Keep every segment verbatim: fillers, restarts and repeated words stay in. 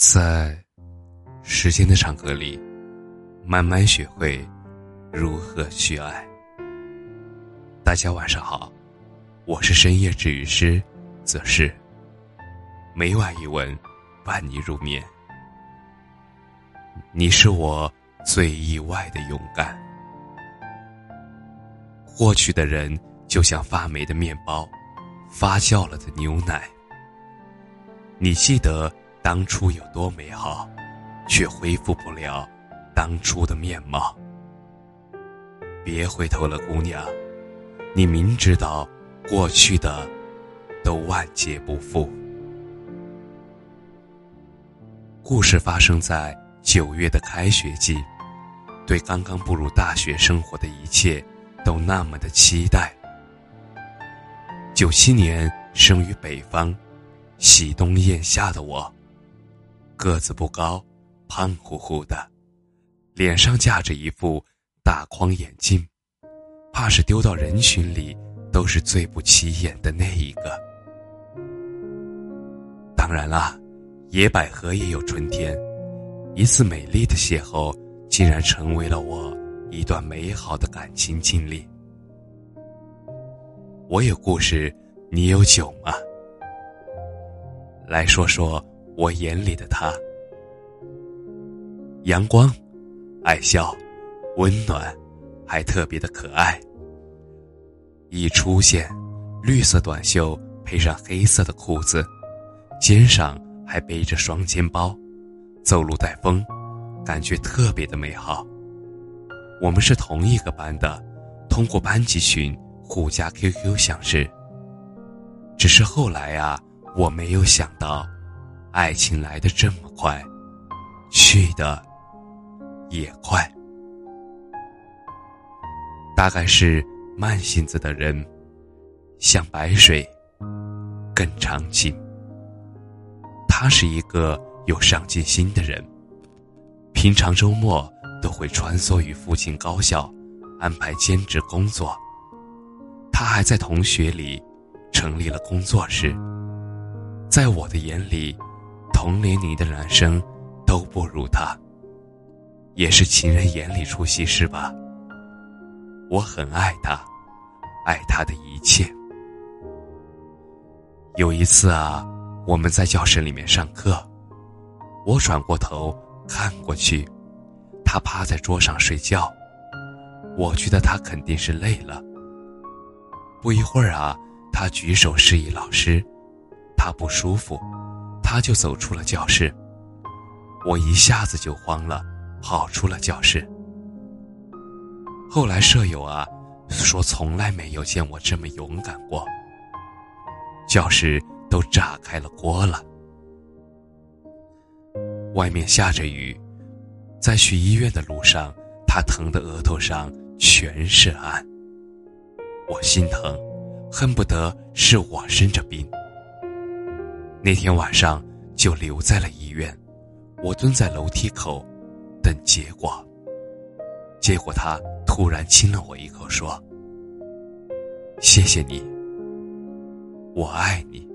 在时间的长河里，慢慢学会如何去爱。大家晚上好，我是深夜治愈师则是每晚一文伴你入眠。你是我最意外的勇敢。获取的人就像发霉的面包，发酵了的牛奶。你记得当初有多美好，却恢复不了当初的面貌。别回头了，姑娘，你明知道过去的都万劫不复。故事发生在九月的开学季，对刚刚步入大学生活的一切都那么的期待。九七年生于北方，喜冬厌夏的我，个子不高，胖乎乎的，脸上架着一副大框眼镜，怕是丢到人群里都是最不起眼的那一个。当然啦，野百合也有春天，一次美丽的邂逅竟然成为了我一段美好的感情经历。我有故事，你有酒吗？来说说我眼里的他。阳光，爱笑，温暖，还特别的可爱。一出现，绿色短袖配上黑色的裤子，肩上还背着双肩包，走路带风，感觉特别的美好。我们是同一个班的，通过班级群互加 Q Q 相识。只是后来啊，我没有想到爱情来得这么快，去的也快。大概是慢性子的人像白水更长情。他是一个有上进心的人，平常周末都会穿梭于附近高校安排兼职工作。他还在同学里成立了工作室。在我的眼里，同年龄的男生都不如他。也是情人眼里出西施吧。我很爱他，爱他的一切。有一次啊，我们在教室里面上课，我转过头看过去，他趴在桌上睡觉。我觉得他肯定是累了。不一会儿啊，他举手示意老师，他不舒服，他就走出了教室。我一下子就慌了，跑出了教室。后来舍友啊说从来没有见我这么勇敢过，教室都炸开了锅了。外面下着雨，在去医院的路上，他疼的额头上全是汗。我心疼，恨不得是我生着病。那天晚上就留在了医院，我蹲在楼梯口等结果。结果他突然亲了我一口，说：谢谢你，我爱你。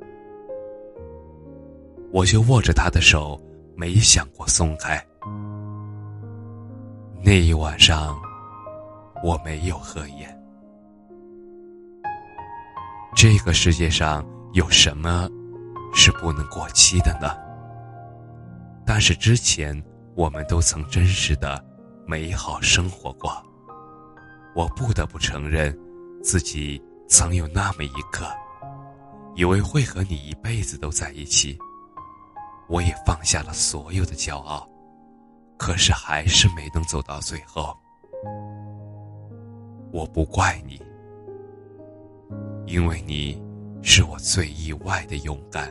我就握着他的手，没想过松开。那一晚上我没有合眼。这个世界上有什么是不能过期的呢？但是之前我们都曾真实的美好生活过。我不得不承认，自己曾有那么一刻，以为会和你一辈子都在一起。我也放下了所有的骄傲，可是还是没能走到最后。我不怪你，因为你是我最意外的勇敢。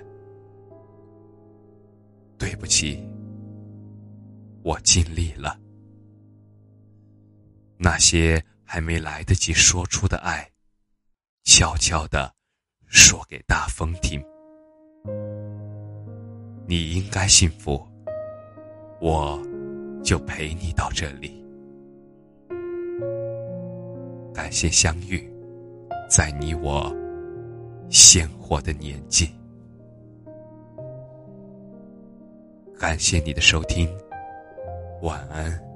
对不起，我尽力了。那些还没来得及说出的爱，悄悄地说给大风听。你应该幸福，我就陪你到这里。感谢相遇，在你我鲜活的年纪。 感谢你的收听，晚安。